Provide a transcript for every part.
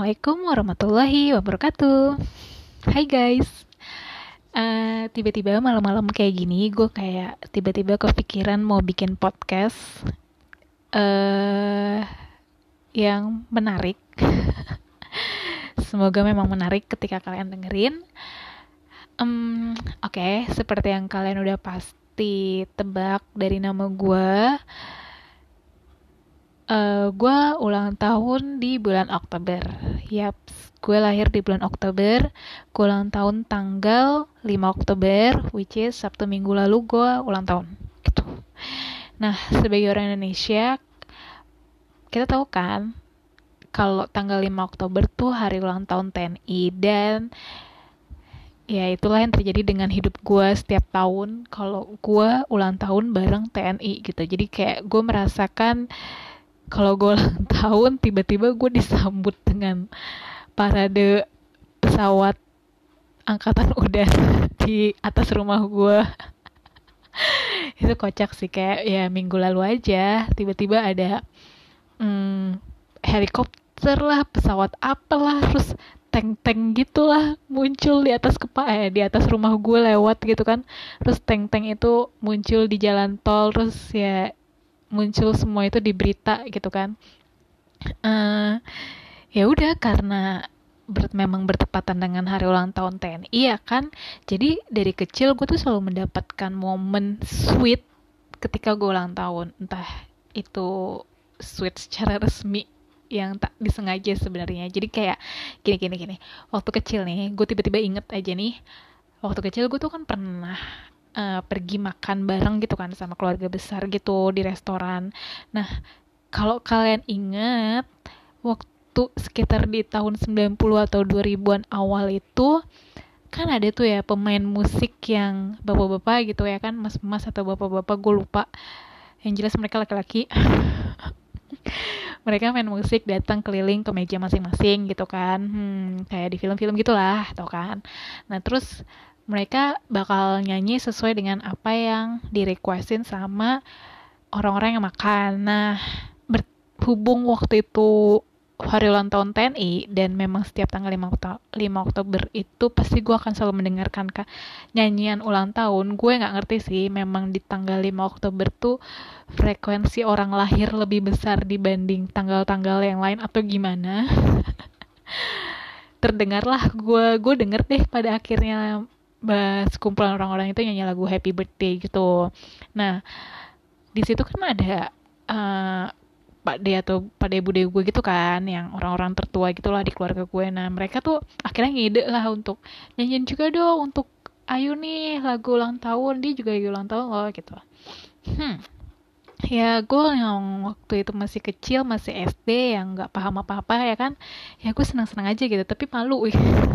Assalamualaikum warahmatullahi wabarakatuh. Hai guys. Tiba-tiba malam-malam kayak gini, gue kayak tiba-tiba kepikiran mau bikin podcast yang menarik. Semoga memang menarik ketika kalian dengerin. Oke, seperti yang kalian udah pasti tebak dari nama gue ulang tahun di bulan Oktober. Yaps, gue lahir di bulan Oktober. Gue ulang tahun tanggal 5 Oktober, which is Sabtu minggu lalu gue ulang tahun. Gitu. Nah, sebagai orang Indonesia, kita tahu kan kalau tanggal 5 Oktober tuh hari ulang tahun TNI. Dan ya itulah yang terjadi dengan hidup gue setiap tahun kalau gue ulang tahun bareng TNI gitu. Jadi kayak gue merasakan kalau gue ulang tahun tiba-tiba gue disambut dengan parade pesawat angkatan udara di atas rumah gue. Itu kocak sih, kayak ya minggu lalu aja tiba-tiba ada helikopter lah, pesawat apalah, terus tank-tank gitulah muncul di atas di atas rumah gue lewat gitu kan. Terus tank-tank itu muncul di jalan tol, terus ya muncul semua itu di berita gitu kan. Ya udah, karena memang bertepatan dengan hari ulang tahun TNI ya kan. Jadi dari kecil gue tuh selalu mendapatkan momen sweet ketika gue ulang tahun. Entah itu sweet secara resmi yang tak disengaja sebenarnya. Jadi kayak gini. Waktu kecil nih, gue tiba-tiba inget aja nih. Waktu kecil gue tuh kan pernah pergi makan bareng gitu kan sama keluarga besar gitu di restoran. Nah, kalau kalian ingat waktu sekitar di tahun 90 atau 2000-an awal itu kan ada tuh ya pemain musik yang bapak-bapak gitu ya kan, mas-mas atau bapak-bapak, gue lupa. Yang jelas mereka laki-laki. Mereka main musik, datang keliling ke meja masing-masing gitu kan. Kayak di film-film gitulah, tau kan. Nah, terus mereka bakal nyanyi sesuai dengan apa yang di-requestin sama orang-orang yang makan. Nah, berhubung waktu itu hari ulang tahun TNI dan memang setiap tanggal 5 Oktober itu pasti gue akan selalu mendengarkan nyanyian ulang tahun. Gue gak ngerti sih, memang di tanggal 5 Oktober tuh frekuensi orang lahir lebih besar dibanding tanggal-tanggal yang lain atau gimana. Terdengarlah gue denger deh pada akhirnya sekumpulan orang-orang itu nyanyi lagu Happy Birthday gitu. Nah, di situ kan ada Pak De atau Pak De Bude gue gitu kan, yang orang-orang tertua gitulah di keluarga gue. Nah, mereka tuh akhirnya ngide lah untuk nyanyiin juga dong untuk Ayu nih lagu ulang tahun, dia juga lagi ulang tahun loh gitu. Ya gue yang waktu itu masih kecil, masih SD, yang nggak paham apa-apa ya kan, ya gue senang-senang aja gitu, tapi malu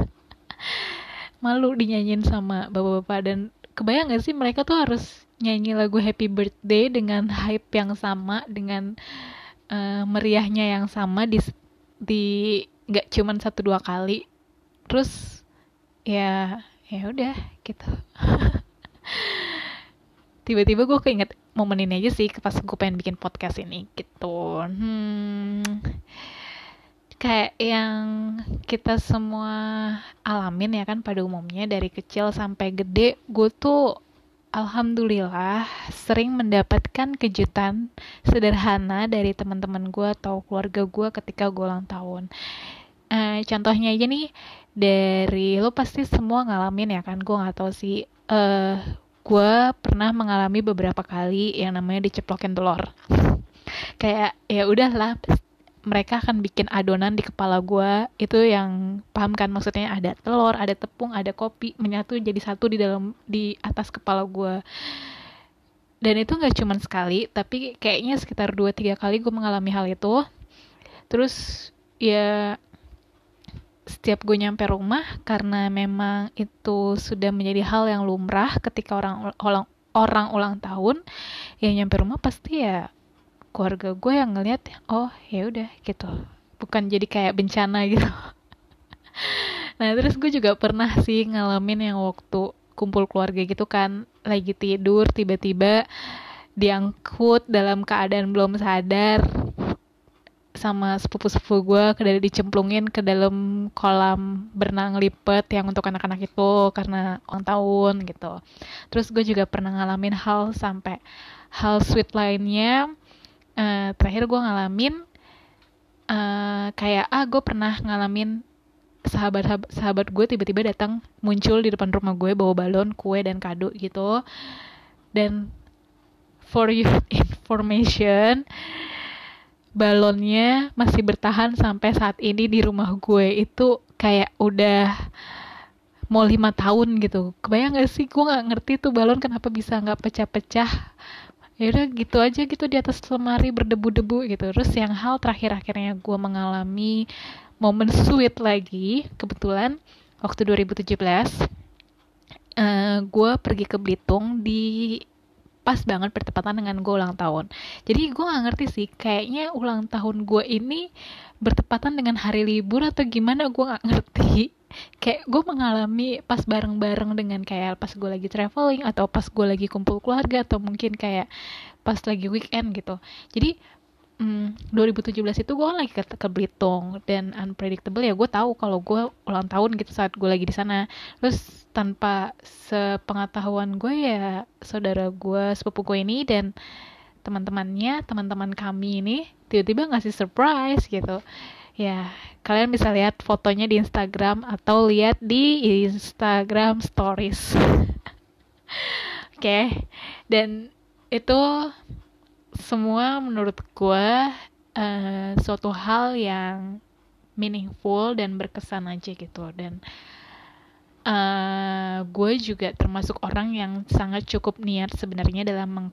malu dinyanyiin sama bapak-bapak. Dan kebayang gak sih mereka tuh harus nyanyi lagu Happy Birthday dengan hype yang sama, dengan meriahnya yang sama di nggak cuman 1-2 kali. Terus ya udah gitu. Tiba-tiba gue keinget momen ini aja sih pas gue pengen bikin podcast ini gitu. Kayak yang kita semua alamin ya kan pada umumnya, dari kecil sampai gede, gue tuh alhamdulillah sering mendapatkan kejutan sederhana dari teman-teman gue atau keluarga gue ketika gue ulang tahun. Contohnya aja nih, dari lo pasti semua ngalamin ya kan, gue nggak tahu sih. Gue pernah mengalami beberapa kali yang namanya diceplokin telur. Kayak ya udahlah, mereka akan bikin adonan di kepala gue, itu yang paham kan maksudnya, ada telur, ada tepung, ada kopi, menyatu jadi satu di atas kepala gue. Dan itu nggak cuma sekali, tapi kayaknya sekitar 2-3 kali gue mengalami hal itu. Terus ya setiap gue nyampe rumah, karena memang itu sudah menjadi hal yang lumrah ketika orang ulang tahun, ya nyampe rumah pasti ya keluarga gue yang ngeliat, oh ya udah gitu, bukan jadi kayak bencana gitu. Nah, terus gue juga pernah sih ngalamin yang waktu kumpul keluarga gitu kan, lagi tidur tiba-tiba diangkut dalam keadaan belum sadar sama sepupu-sepupu gue dicemplungin ke dalam kolam berenang lipat yang untuk anak-anak itu karena ulang tahun gitu. Terus gue juga pernah ngalamin hal sweet lainnya. Terakhir gue ngalamin kayak gue pernah ngalamin sahabat gue tiba-tiba datang muncul di depan rumah gue bawa balon, kue dan kado gitu. Dan for your information, balonnya masih bertahan sampai saat ini di rumah gue. Itu kayak udah mau 5 tahun gitu. Kebayang gak sih, gue gak ngerti tuh balon kenapa bisa gak pecah-pecah. Yaudah gitu aja gitu di atas lemari berdebu-debu gitu. Terus yang hal terakhir akhirnya gue mengalami momen sweet lagi, kebetulan waktu 2017 gue pergi ke Belitung di pas banget bertepatan dengan gue ulang tahun. Jadi gue gak ngerti sih, kayaknya ulang tahun gue ini bertepatan dengan hari libur atau gimana, gue gak ngerti. Kayak gue mengalami pas bareng-bareng dengan kayak pas gue lagi traveling atau pas gue lagi kumpul keluarga atau mungkin kayak pas lagi weekend gitu. Jadi 2017 itu gue kan lagi ke Belitung dan unpredictable ya, gue tahu kalau gue ulang tahun gitu saat gue lagi di sana. Terus tanpa sepengetahuan gue ya saudara gue sepupu gue ini dan teman kami ini tiba-tiba ngasih surprise gitu. Ya, kalian bisa lihat fotonya di Instagram atau lihat di Instagram Stories. Oke. Dan itu semua menurut gue suatu hal yang meaningful dan berkesan aja gitu. Dan gue juga termasuk orang yang sangat cukup niat sebenarnya dalam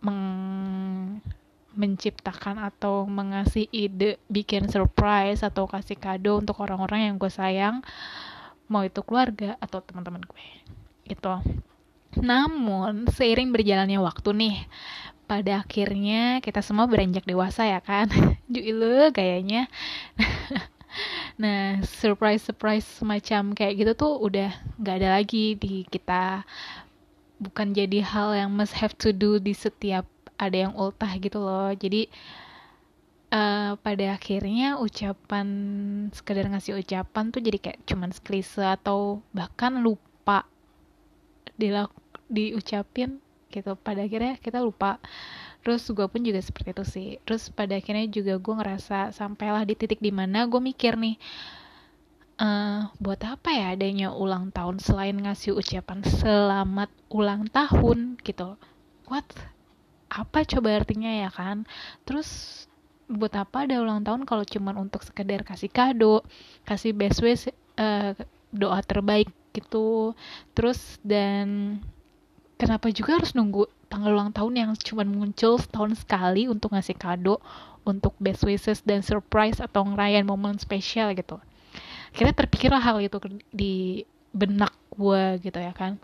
menciptakan atau mengasih ide bikin surprise atau kasih kado untuk orang-orang yang gue sayang, mau itu keluarga atau teman-teman gue gitu. Namun seiring berjalannya waktu nih, pada akhirnya kita semua beranjak dewasa ya kan. Juile kayaknya. Nah, surprise semacam kayak gitu tuh udah gak ada lagi di kita. Bukan jadi hal yang must have to do di setiap ada yang ultah gitu loh. Jadi pada akhirnya sekedar ngasih ucapan tuh jadi kayak cuman klise atau bahkan lupa diucapin gitu. Pada akhirnya kita lupa. Terus gue pun juga seperti itu sih. Terus pada akhirnya juga gue ngerasa sampailah di titik dimana gue mikir nih, buat apa ya adanya ulang tahun selain ngasih ucapan selamat ulang tahun gitu. Apa coba artinya ya kan? Terus buat apa ada ulang tahun kalau cuman untuk sekedar kasih kado, kasih best wish, doa terbaik gitu. Terus dan kenapa juga harus nunggu tanggal ulang tahun yang cuma muncul setahun sekali untuk ngasih kado, untuk best wishes dan surprise atau ngerayain momen spesial gitu. Akhirnya terpikirlah hal itu di benak gue gitu ya kan.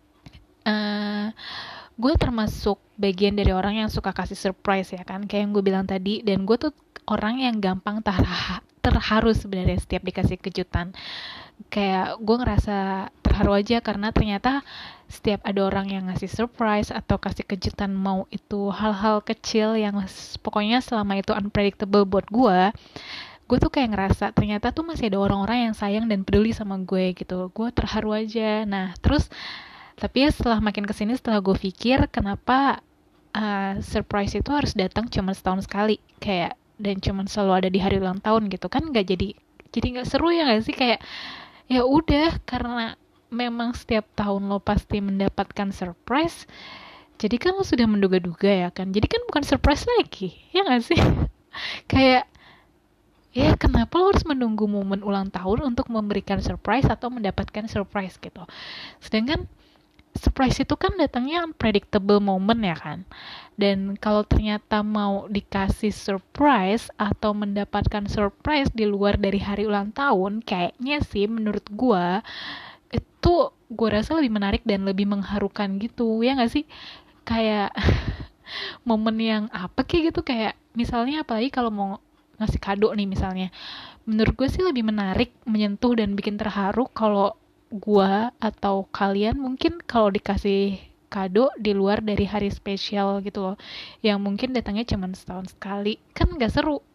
Gue termasuk bagian dari orang yang suka kasih surprise ya kan, kayak yang gue bilang tadi. Dan gue tuh orang yang gampang terharu sebenarnya setiap dikasih kejutan. Kayak gue ngerasa terharu aja karena ternyata setiap ada orang yang ngasih surprise atau kasih kejutan, mau itu hal-hal kecil yang pokoknya selama itu unpredictable buat gue tuh kayak ngerasa ternyata tuh masih ada orang-orang yang sayang dan peduli sama gue gitu. Gue terharu aja. Nah terus tapi ya setelah makin kesini, setelah gue pikir kenapa surprise itu harus datang cuma setahun sekali kayak, dan cuma selalu ada di hari ulang tahun gitu kan, nggak jadi nggak seru ya nggak sih. Kayak ya udah, karena memang setiap tahun lo pasti mendapatkan surprise, jadi kan lo sudah menduga-duga ya kan, jadi kan bukan surprise lagi ya nggak sih. Kayak ya kenapa lo harus menunggu momen ulang tahun untuk memberikan surprise atau mendapatkan surprise gitu. Sedangkan surprise itu kan datangnya unpredictable moment ya kan. Dan kalau ternyata mau dikasih surprise atau mendapatkan surprise di luar dari hari ulang tahun, kayaknya sih menurut gue itu gue rasa lebih menarik dan lebih mengharukan gitu ya gak sih. Kayak momen yang apa kayak gitu, kayak misalnya apalagi kalau mau ngasih kado nih misalnya, menurut gue sih lebih menarik, menyentuh dan bikin terharu kalau gua atau kalian mungkin kalau dikasih kado di luar dari hari spesial gitu loh, yang mungkin datangnya cuma setahun sekali, kan gak seru.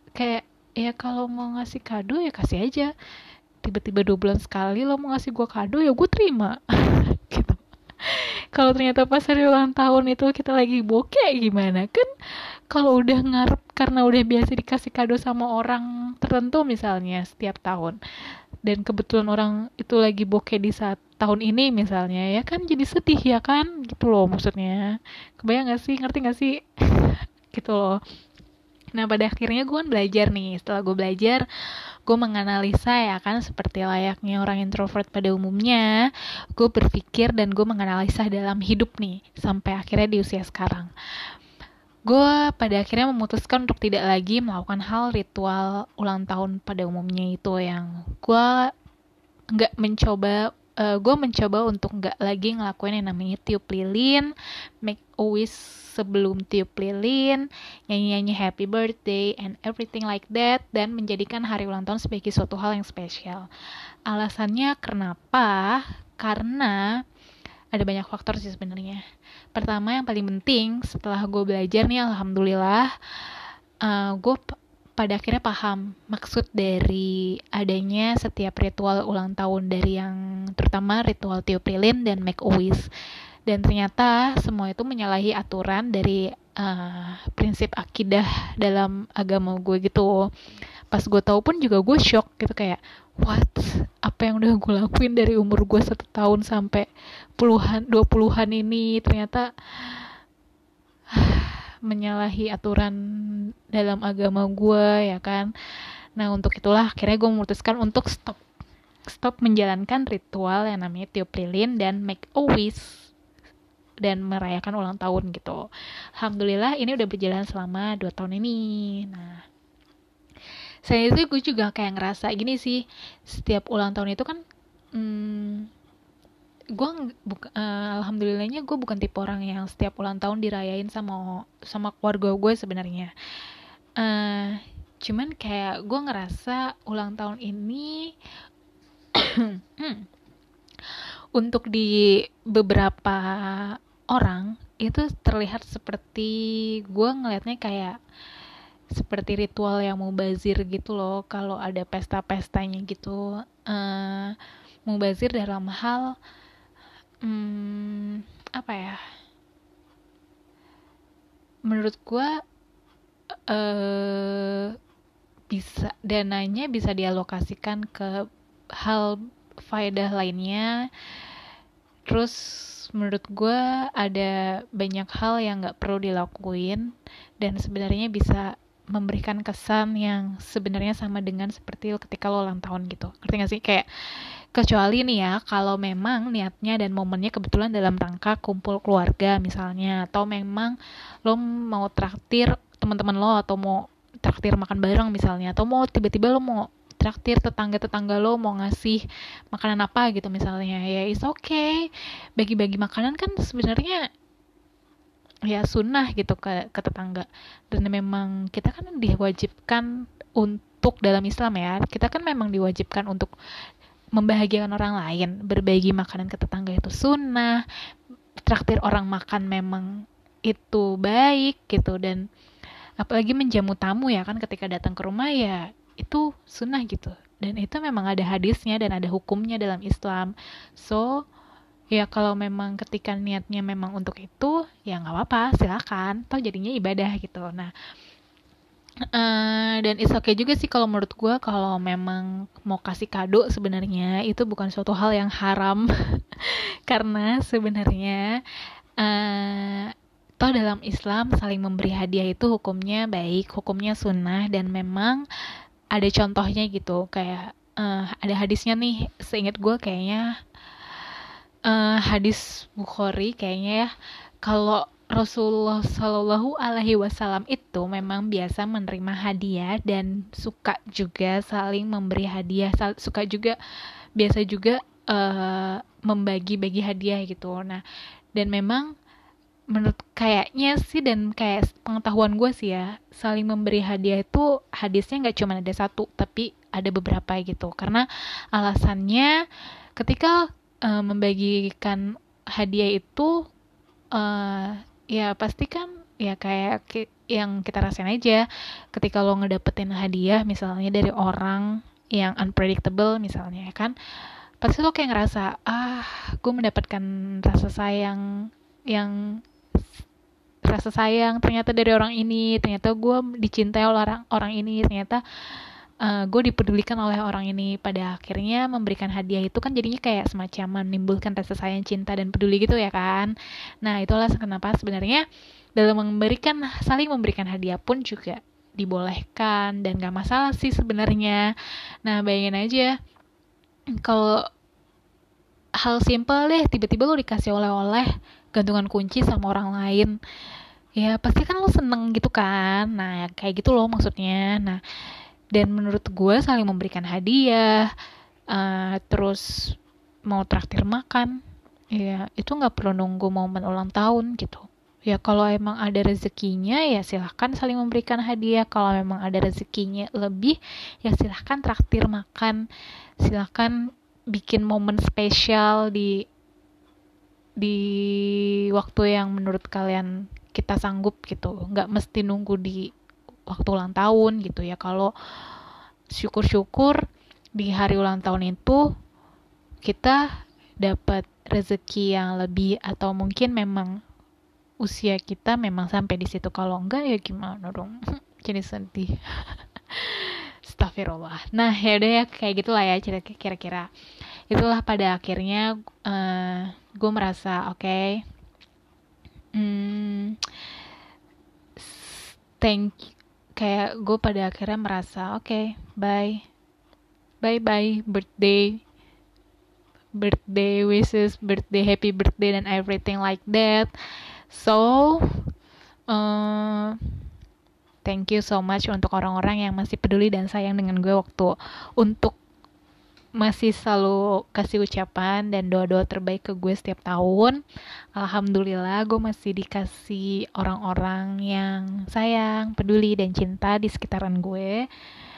kayak ya kalau mau ngasih kado ya kasih aja. Tiba-tiba 2 bulan sekali lo mau ngasih gue kado ya gue terima. Gitu. Kalau ternyata pas hari ulang tahun itu kita lagi bokeh gimana kan? Kalau udah ngarep karena udah biasa dikasih kado sama orang tertentu misalnya setiap tahun, dan kebetulan orang itu lagi bokeh di saat tahun ini misalnya, ya kan jadi sedih ya kan, gitu loh maksudnya. Kebayang gak sih, ngerti gak sih? Gitu loh. Nah pada akhirnya gue kan belajar nih. Setelah gue belajar, gue menganalisa ya kan, seperti layaknya orang introvert pada umumnya. Gue berpikir dan gue menganalisa dalam hidup nih sampai akhirnya di usia sekarang. Gue pada akhirnya memutuskan untuk tidak lagi melakukan hal ritual ulang tahun pada umumnya itu, yang gue nggak mencoba. Gue mencoba untuk nggak lagi ngelakuin yang namanya tiup lilin, make a wish sebelum tiup lilin, nyanyi-nyanyi happy birthday and everything like that, dan menjadikan hari ulang tahun sebagai suatu hal yang spesial. Alasannya kenapa? Karena ada banyak faktor sih sebenarnya. Pertama yang paling penting, setelah gue belajar nih alhamdulillah, gue pada akhirnya paham maksud dari adanya setiap ritual ulang tahun, dari yang terutama ritual tiup lilin dan make a wish. Dan ternyata semua itu menyalahi aturan dari prinsip akidah dalam agama gue gitu. Pas gue tahu pun juga gue shock gitu, kayak what, apa yang udah gue lakuin dari umur gue 1 tahun sampai puluhan 20-an ini ternyata menyalahi aturan dalam agama gue ya kan. Nah untuk itulah akhirnya gue memutuskan untuk stop menjalankan ritual yang namanya tiup lilin dan make a wish dan merayakan ulang tahun gitu. Alhamdulillah ini udah berjalan selama 2 tahun ini. Nah selain itu gue juga kayak ngerasa gini sih, setiap ulang tahun itu kan gue alhamdulillahnya gue bukan tipe orang yang setiap ulang tahun dirayain sama keluarga gue sebenarnya. Cuman kayak gue ngerasa ulang tahun ini untuk di beberapa orang itu terlihat seperti, gue ngelihatnya kayak seperti ritual yang mubazir gitu loh. Kalau ada pesta-pestanya gitu, mubazir dalam hal apa ya, menurut gue bisa dananya bisa dialokasikan ke hal faedah lainnya. Terus menurut gue ada banyak hal yang gak perlu dilakuin dan sebenarnya bisa memberikan kesan yang sebenarnya sama dengan seperti ketika lo ulang tahun gitu. Ngerti gak sih? Kayak kecuali nih ya, kalau memang niatnya dan momennya kebetulan dalam rangka kumpul keluarga misalnya, atau memang lo mau traktir teman-teman lo, atau mau traktir makan bareng misalnya, atau mau tiba-tiba lo mau traktir tetangga-tetangga lo, mau ngasih makanan apa gitu misalnya, ya it's okay. Bagi-bagi makanan kan sebenarnya ya sunnah gitu ke tetangga. Dan memang kita kan diwajibkan untuk, dalam Islam ya, kita kan memang diwajibkan untuk membahagiakan orang lain. Berbagi makanan ke tetangga itu sunnah, traktir orang makan memang itu baik gitu. Dan apalagi menjamu tamu ya kan, ketika datang ke rumah ya itu sunnah gitu. Dan itu memang ada hadisnya dan ada hukumnya dalam Islam. So ya kalau memang ketika niatnya memang untuk itu, ya nggak apa-apa, silakan, toh jadinya ibadah gitu. Nah dan it's okay juga sih kalau menurut gue, kalau memang mau kasih kado sebenarnya itu bukan suatu hal yang haram. Karena sebenarnya toh dalam Islam saling memberi hadiah itu hukumnya baik, hukumnya sunnah, dan memang ada contohnya gitu. Kayak ada hadisnya nih, seingat gue kayaknya hadis Bukhari kayaknya ya, kalau Rasulullah Shallallahu Alaihi Wasallam itu memang biasa menerima hadiah dan suka juga saling memberi hadiah, suka juga, biasa juga membagi-bagi hadiah gitu. Nah dan memang menurut kayaknya sih, dan kayak pengetahuan gue sih ya, saling memberi hadiah itu hadisnya nggak cuma ada satu, tapi ada beberapa gitu. Karena alasannya ketika membagikan hadiah itu ya pasti kan Ya kayak yang kita rasain aja ketika lo ngedapetin hadiah misalnya dari orang yang unpredictable misalnya ya kan, pasti lo kayak ngerasa gue mendapatkan rasa sayang yang ternyata dari orang ini, ternyata gue dicintai oleh orang ini, ternyata gue dipedulikan oleh orang ini. Pada akhirnya memberikan hadiah itu kan jadinya kayak semacam menimbulkan rasa sayang, cinta, dan peduli gitu ya kan. Nah itulah kenapa sebenarnya dalam saling memberikan hadiah pun juga dibolehkan dan gak masalah sih sebenarnya. Nah bayangin aja kalau hal simpel deh, tiba-tiba lo dikasih oleh-oleh gantungan kunci sama orang lain, ya pasti kan lo seneng gitu kan. Nah kayak gitu loh maksudnya. Nah dan menurut gue saling memberikan hadiah, terus mau traktir makan, ya itu nggak perlu nunggu momen ulang tahun gitu. Ya kalau emang ada rezekinya ya silahkan saling memberikan hadiah. Kalau memang ada rezekinya lebih ya silahkan traktir makan, silahkan bikin momen spesial di waktu yang menurut kalian kita sanggup gitu. Nggak mesti nunggu di waktu ulang tahun gitu ya. Kalau syukur-syukur di hari ulang tahun itu kita dapat rezeki yang lebih, atau mungkin memang usia kita memang sampai di situ. Kalau enggak ya gimana dong. Jadi sedih. Astagfirullah. Nah ya udah ya kayak gitulah ya kira-kira. Itulah pada akhirnya gue merasa oke, thank you. Kayak gue pada akhirnya merasa oke, bye birthday wishes, happy birthday dan everything like that. So thank you so much untuk orang-orang yang masih peduli dan sayang dengan gue waktu untuk masih selalu kasih ucapan dan doa-doa terbaik ke gue setiap tahun. Alhamdulillah gue masih dikasih orang-orang yang sayang, peduli, dan cinta di sekitaran gue.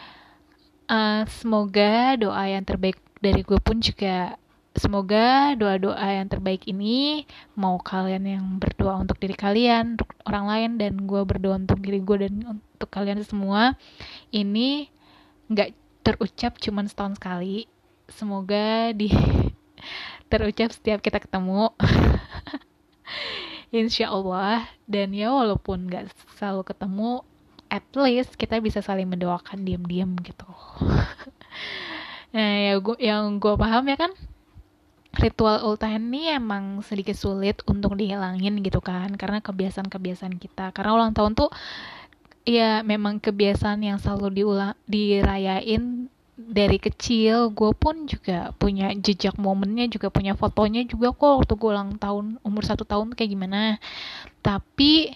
Semoga doa yang terbaik dari gue pun juga, semoga doa-doa yang terbaik ini mau kalian yang berdoa untuk diri kalian, untuk orang lain, dan gue berdoa untuk diri gue dan untuk kalian semua, ini gak terucap cuman setahun sekali. Semoga terucap setiap kita ketemu. Insya Allah. Dan ya walaupun gak selalu ketemu, at least kita bisa saling mendoakan diam-diam gitu. Nah ya yang gue paham ya kan, ritual ultah ini emang sedikit sulit untuk dihilangin gitu kan, karena kebiasaan-kebiasaan kita. Karena ulang tahun tuh ya memang kebiasaan yang selalu dirayain dari kecil. Gue pun juga punya jejak momennya, juga punya fotonya juga kok waktu gue ulang tahun umur 1 tahun kayak gimana. Tapi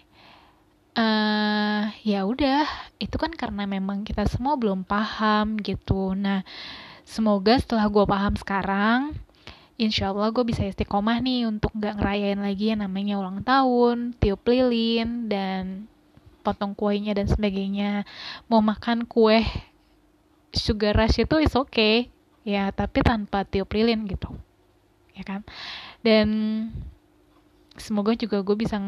ya udah, itu kan karena memang kita semua belum paham gitu. Nah semoga setelah gue paham sekarang, insya Allah gue bisa istiqomah nih untuk gak ngerayain lagi yang namanya ulang tahun, tiup lilin, dan potong kuenya dan sebagainya. Mau makan kue sugar rush itu is okay ya, tapi tanpa tiup lilin gitu ya kan. Dan semoga juga gue bisa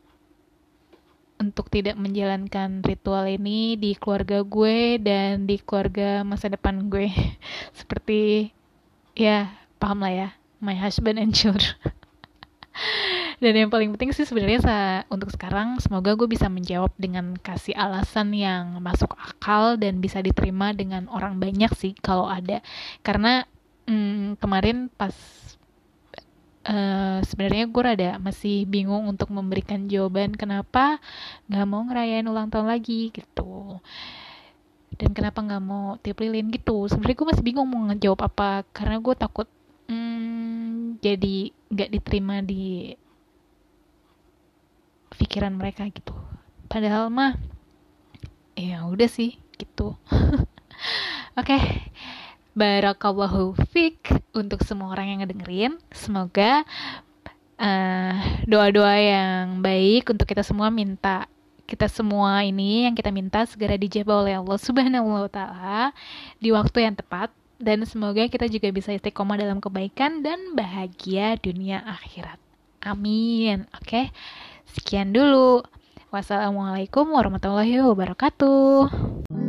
untuk tidak menjalankan ritual ini di keluarga gue dan di keluarga masa depan gue. Seperti ya paham lah ya, my husband and children. Dan yang paling penting sih sebenarnya untuk sekarang, semoga gue bisa menjawab dengan kasih alasan yang masuk akal dan bisa diterima dengan orang banyak sih kalau ada. Karena kemarin pas sebenarnya gue masih bingung untuk memberikan jawaban kenapa nggak mau ngerayain ulang tahun lagi gitu, dan kenapa nggak mau tiup lilin gitu. Sebenarnya gue masih bingung mau ngejawab apa, karena gue takut jadi nggak diterima di pikiran mereka gitu. Padahal mah ya udah sih gitu. Oke. Barakallahu fiik untuk semua orang yang ngedengerin. Semoga doa-doa yang baik untuk kita semua ini yang kita minta segera dijawab oleh Allah Subhanahu wa taala di waktu yang tepat, dan semoga kita juga bisa istiqomah dalam kebaikan dan bahagia dunia akhirat. Amin. Oke. Sekian dulu Wassalamualaikum warahmatullahi wabarakatuh.